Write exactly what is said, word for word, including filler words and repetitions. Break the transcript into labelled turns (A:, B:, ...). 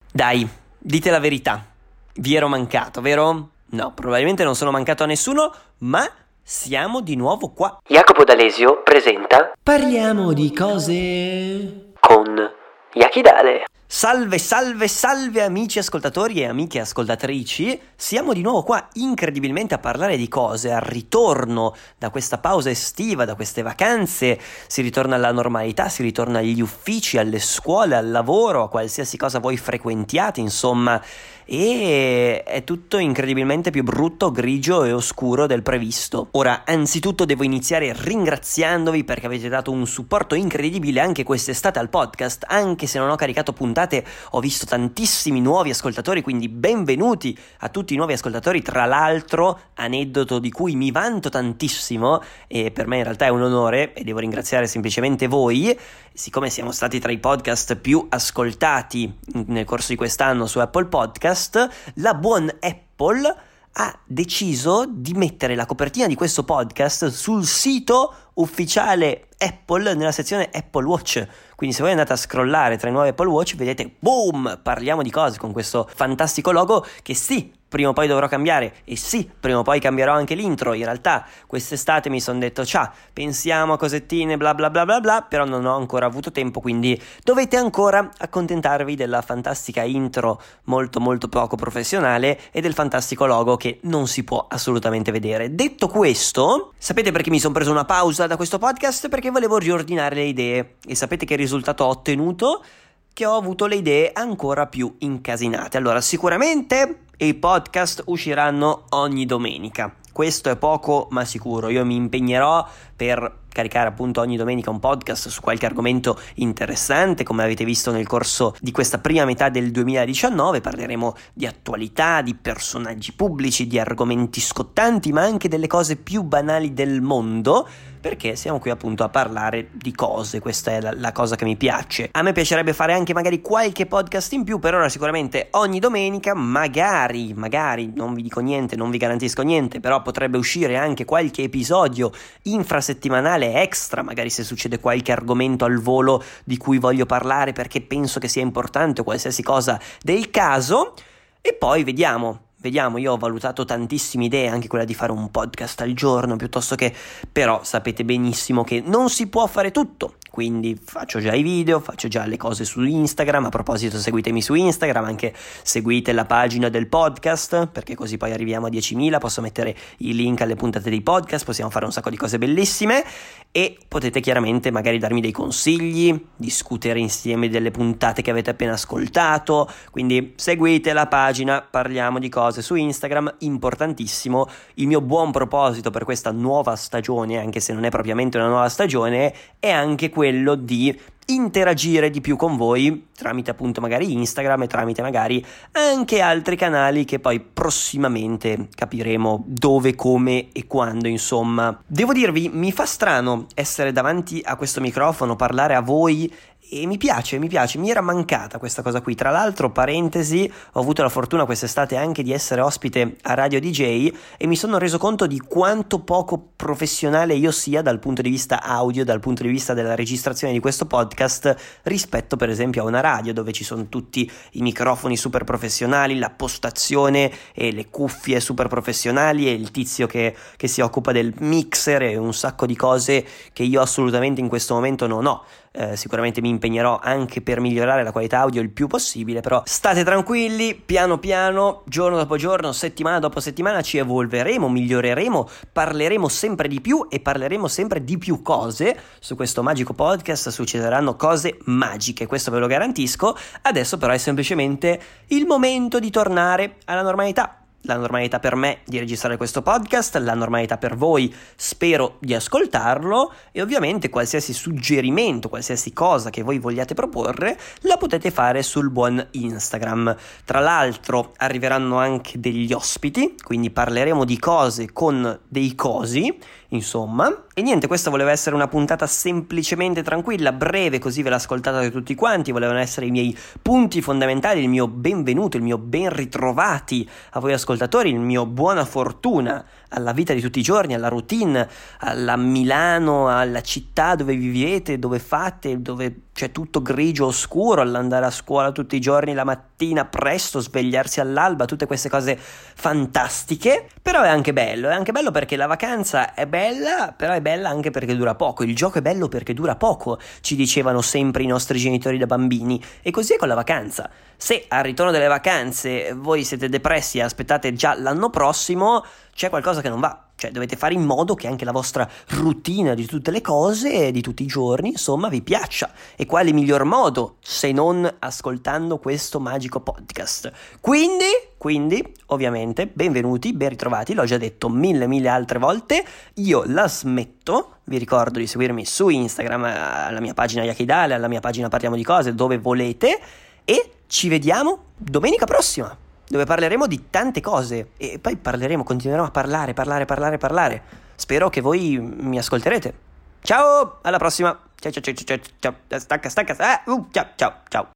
A: Dai, dite la verità. Vi ero mancato, vero? No, probabilmente non sono mancato a nessuno, ma siamo di nuovo qua.
B: Jacopo D'Alesio presenta
A: Parliamo di cose
B: con Yakidale.
A: Salve, salve, salve amici ascoltatori e amiche ascoltatrici. Siamo di nuovo qua incredibilmente a parlare di cose, al ritorno da questa pausa estiva, da queste vacanze, si ritorna alla normalità, si ritorna agli uffici, alle scuole, al lavoro, a qualsiasi cosa voi frequentiate, insomma, e è tutto incredibilmente più brutto, grigio e oscuro del previsto. Ora, anzitutto devo iniziare ringraziandovi perché avete dato un supporto incredibile anche quest'estate al podcast, anche se non ho caricato puntate. Ho visto tantissimi nuovi ascoltatori, quindi benvenuti a tutti i nuovi ascoltatori. Tra l'altro, aneddoto di cui mi vanto tantissimo e per me in realtà è un onore e devo ringraziare semplicemente voi, siccome siamo stati tra i podcast più ascoltati nel corso di quest'anno su Apple Podcast, la buon Apple ha deciso di mettere la copertina di questo podcast sul sito ufficiale Apple nella sezione Apple Watch. Quindi se voi andate a scrollare tra i nuovi Apple Watch vedete, boom, parliamo di cose con questo fantastico logo che sì, prima o poi dovrò cambiare e sì, prima o poi cambierò anche l'intro. In realtà quest'estate mi sono detto ciao, pensiamo a cosettine bla bla bla bla bla, però non ho ancora avuto tempo, quindi dovete ancora accontentarvi della fantastica intro molto molto poco professionale e del fantastico logo che non si può assolutamente vedere. Detto questo, sapete perché mi sono preso una pausa da questo podcast? Perché volevo riordinare le idee e sapete che risultato ho ottenuto? Che ho avuto le idee ancora più incasinate. Allora, sicuramente i podcast usciranno ogni domenica. Questo è poco ma sicuro. Io mi impegnerò per caricare appunto ogni domenica un podcast su qualche argomento interessante. Come avete visto nel corso di questa prima metà del duemiladiciannove parleremo di attualità, di personaggi pubblici, di argomenti scottanti, ma anche delle cose più banali del mondo, perché siamo qui appunto a parlare di cose. Questa è la, la cosa che mi piace. A me piacerebbe fare anche magari qualche podcast in più, per ora sicuramente ogni domenica, magari, magari, non vi dico niente, non vi garantisco niente, però potrebbe uscire anche qualche episodio infrasettimanale extra, magari se succede qualche argomento al volo di cui voglio parlare perché penso che sia importante o qualsiasi cosa del caso. E poi vediamo Vediamo, io ho valutato tantissime idee, anche quella di fare un podcast al giorno, piuttosto che, però sapete benissimo che non si può fare tutto, quindi faccio già i video, faccio già le cose su Instagram. A proposito, seguitemi su Instagram, anche seguite la pagina del podcast, perché così poi arriviamo a diecimila, posso mettere i link alle puntate dei podcast, possiamo fare un sacco di cose bellissime e potete chiaramente magari darmi dei consigli, discutere insieme delle puntate che avete appena ascoltato, quindi seguite la pagina, parliamo di cose su Instagram. Importantissimo, il mio buon proposito per questa nuova stagione, anche se non è propriamente una nuova stagione, è anche quello di interagire di più con voi tramite appunto magari Instagram e tramite magari anche altri canali che poi prossimamente capiremo dove, come e quando. Insomma, devo dirvi, mi fa strano essere davanti a questo microfono, parlare a voi, e mi piace, mi piace, mi era mancata questa cosa qui. Tra l'altro, parentesi, ho avuto la fortuna quest'estate anche di essere ospite a Radio D J e mi sono reso conto di quanto poco professionale io sia dal punto di vista audio, dal punto di vista della registrazione di questo podcast, rispetto per esempio a una radio dove ci sono tutti i microfoni super professionali, la postazione e le cuffie super professionali e il tizio che, che si occupa del mixer e un sacco di cose che io assolutamente in questo momento non ho. Eh, sicuramente mi impegnerò anche per migliorare la qualità audio il più possibile, però state tranquilli, piano piano, giorno dopo giorno, settimana dopo settimana ci evolveremo, miglioreremo, parleremo sempre di più e parleremo sempre di più cose. Su questo magico podcast succederanno cose magiche, questo ve lo garantisco. Adesso però è semplicemente il momento di tornare alla normalità. La normalità per me di registrare questo podcast, la normalità per voi spero di ascoltarlo, e ovviamente qualsiasi suggerimento, qualsiasi cosa che voi vogliate proporre la potete fare sul buon Instagram. Tra l'altro arriveranno anche degli ospiti, quindi parleremo di cose con dei cosi, insomma. E niente, questa voleva essere una puntata semplicemente tranquilla, breve, così ve l'ascoltate tutti quanti. Volevano essere i miei punti fondamentali, il mio benvenuto, il mio ben ritrovati a voi ascoltatori, il mio buona fortuna alla vita di tutti i giorni, alla routine, alla Milano, alla città dove vivete, dove fate, dove cioè tutto grigio oscuro, all'andare a scuola tutti i giorni la mattina presto, svegliarsi all'alba, tutte queste cose fantastiche. Però è anche bello, è anche bello perché la vacanza è bella, però è bella anche perché dura poco. Il gioco è bello perché dura poco, ci dicevano sempre i nostri genitori da bambini, e così è con la vacanza. Se al ritorno delle vacanze voi siete depressi e aspettate già l'anno prossimo, c'è qualcosa che non va. Cioè dovete fare in modo che anche la vostra routine di tutte le cose, di tutti i giorni, insomma, vi piaccia. E quale miglior modo se non ascoltando questo magico podcast? Quindi, quindi, ovviamente, benvenuti, ben ritrovati, l'ho già detto mille mille altre volte, io la smetto. Vi ricordo di seguirmi su Instagram, alla mia pagina Yakidale, alla mia pagina Parliamo di Cose, dove volete, e ci vediamo domenica prossima, dove parleremo di tante cose e poi parleremo, continueremo a parlare, parlare, parlare, parlare. Spero che voi mi ascolterete. Ciao, alla prossima. Ciao, ciao, ciao, ciao, ciao. Stacca, stacca, eh, uh, ciao, ciao, ciao.